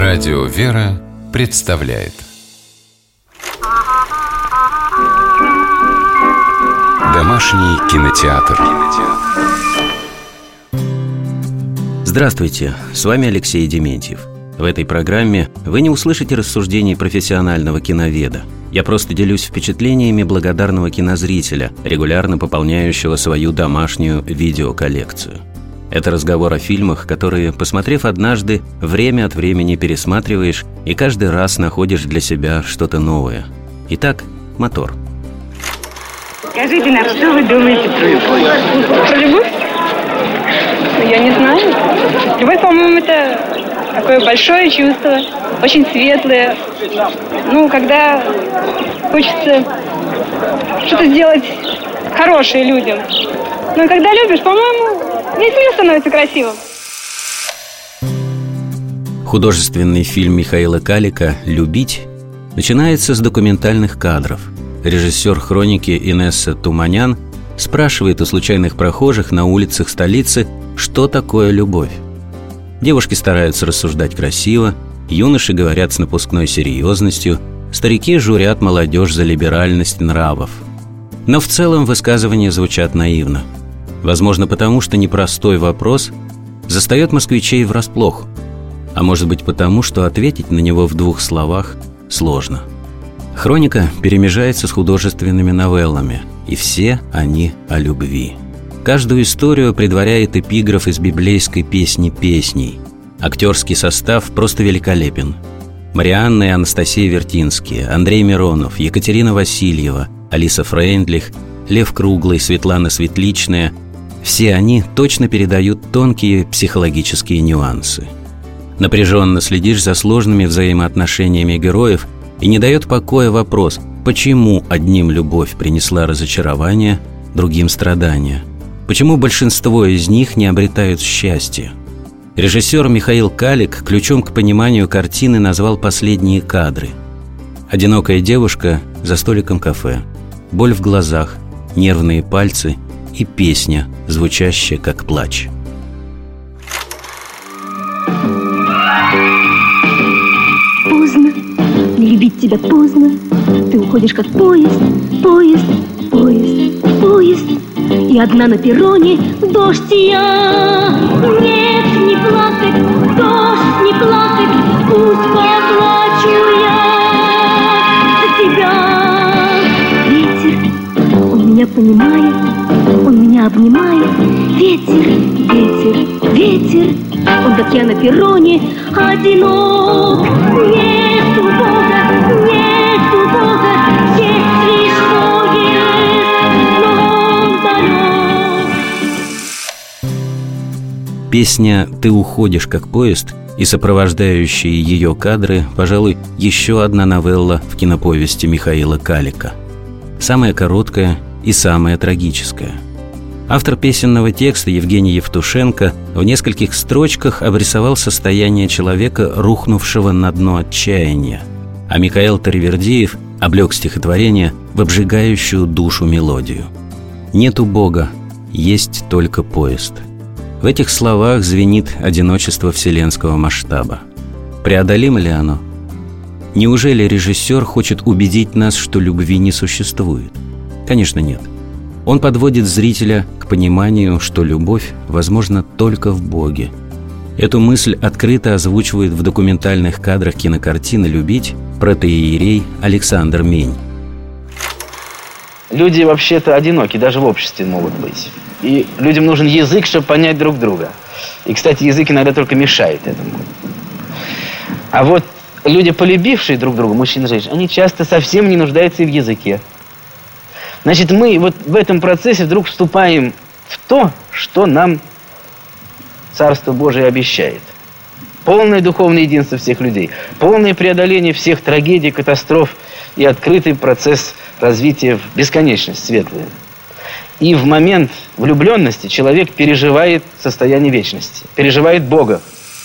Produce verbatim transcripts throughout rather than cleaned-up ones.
Радио «Вера» представляет Домашний кинотеатр. Здравствуйте, с вами Алексей Дементьев. В этой программе вы не услышите рассуждений профессионального киноведа. Я просто делюсь впечатлениями благодарного кинозрителя, регулярно пополняющего свою домашнюю видеоколлекцию. Это разговор о фильмах, которые, посмотрев однажды, время от времени пересматриваешь и каждый раз находишь для себя что-то новое. Итак, мотор. Скажите нам, что вы думаете про любовь? Про любовь? Ну, я не знаю. Любовь, по-моему, это такое большое чувство, очень светлое. Ну, когда хочется что-то сделать хорошее людям. Но когда любишь, по-моему, весь мир становится красивым. Художественный фильм Михаила Калика «Любить» начинается с документальных кадров. Режиссер хроники Инесса Туманян спрашивает у случайных прохожих на улицах столицы, что такое любовь. Девушки стараются рассуждать красиво, юноши говорят с напускной серьезностью, старики журят молодежь за либеральность нравов. Но в целом высказывания звучат наивно. Возможно, потому что непростой вопрос застает москвичей врасплох. А может быть потому, что ответить на него в двух словах сложно. Хроника перемежается с художественными новеллами, и все они о любви. Каждую историю предваряет эпиграф из библейской песни песней. Актерский состав просто великолепен. Марианна и Анастасия Вертинские, Андрей Миронов, Екатерина Васильева, Алиса Фрейндлих, Лев Круглый, Светлана Светличная – все они точно передают тонкие психологические нюансы. Напряженно следишь за сложными взаимоотношениями героев, и не дает покоя вопрос, почему одним любовь принесла разочарование, другим страдания? Почему большинство из них не обретают счастья? Режиссер Михаил Калик ключом к пониманию картины назвал последние кадры. Одинокая девушка за столиком кафе, боль в глазах, нервные пальцы и песня, звучащая как плач. Поздно, любить тебя поздно. Ты уходишь как поезд, поезд, поезд, поезд. И одна на перроне, дождь я. Нет, не плакать, дождь, не плакать. Пусть поплачу я за тебя. Ветер, он меня понимает, он меня обнимает. Ветер, ветер, ветер. Он, как я на перроне, одинок. Нету Бога, нету Бога. Есть лишь поезд, но он далек. Песня «Ты уходишь как поезд» и сопровождающие ее кадры, пожалуй, еще одна новелла в киноповести Михаила Калика. Самая короткая и самая трагическая. Автор песенного текста Евгений Евтушенко в нескольких строчках обрисовал состояние человека, рухнувшего на дно отчаяния, а Михаил Таривердиев облег стихотворение в обжигающую душу мелодию. «Нету Бога, есть только поезд». В этих словах звенит одиночество вселенского масштаба. Преодолимо ли оно? Неужели режиссер хочет убедить нас, что любви не существует? Конечно, нет. Он подводит зрителя к пониманию, что любовь возможна только в Боге. Эту мысль открыто озвучивает в документальных кадрах кинокартины «Любить» протоиерей Александр Мень. Люди вообще-то одиноки, даже в обществе могут быть. И людям нужен язык, чтобы понять друг друга. И, кстати, язык иногда только мешает этому. А вот люди, полюбившие друг друга, мужчина и женщина, они часто совсем не нуждаются и в языке. Значит, мы вот в этом процессе вдруг вступаем в то, что нам Царство Божие обещает. Полное духовное единство всех людей, полное преодоление всех трагедий, катастроф и открытый процесс развития в бесконечность светлую. И в момент влюбленности человек переживает состояние вечности, переживает Бога.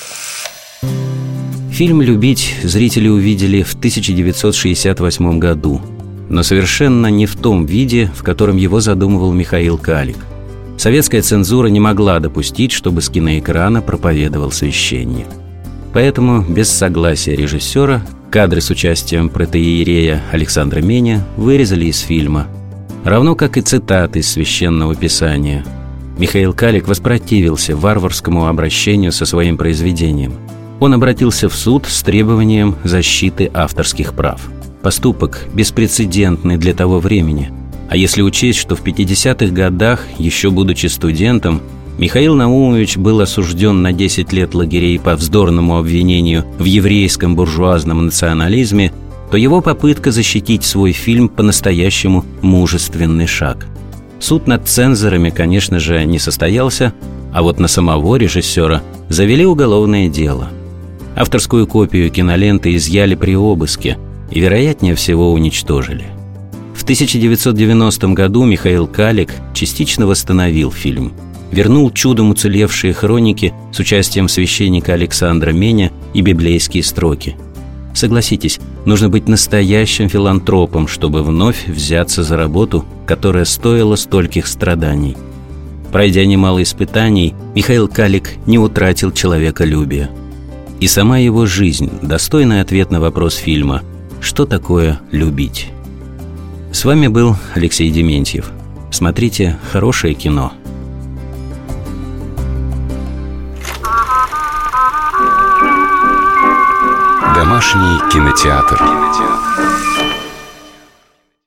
Фильм «Любить» зрители увидели в тысяча девятьсот шестьдесят восьмом году, но совершенно не в том виде, в котором его задумывал Михаил Калик. Советская цензура не могла допустить, чтобы с киноэкрана проповедовал священник. Поэтому без согласия режиссера кадры с участием протоиерея Александра Меня вырезали из фильма, равно как и цитаты из Священного Писания. Михаил Калик воспротивился варварскому обращению со своим произведением. Он обратился в суд с требованием защиты авторских прав. Поступок беспрецедентный для того времени. А если учесть, что в пятидесятых годах, еще будучи студентом, Михаил Наумович был осужден на десять лет лагерей по вздорному обвинению в еврейском буржуазном национализме, то его попытка защитить свой фильм по-настоящему мужественный шаг. Суд над цензорами, конечно же, не состоялся, а вот на самого режиссера завели уголовное дело. Авторскую копию киноленты изъяли при обыске и, вероятнее всего, уничтожили. В тысяча девятьсот девяностом году Михаил Калик частично восстановил фильм, вернул чудом уцелевшие хроники с участием священника Александра Меня и библейские строки. Согласитесь, нужно быть настоящим филантропом, чтобы вновь взяться за работу, которая стоила стольких страданий. Пройдя немало испытаний, Михаил Калик не утратил человеколюбия. И сама его жизнь – достойный ответ на вопрос фильма «Что такое любить?». С вами был Алексей Дементьев. Смотрите хорошее кино. Домашний кинотеатр.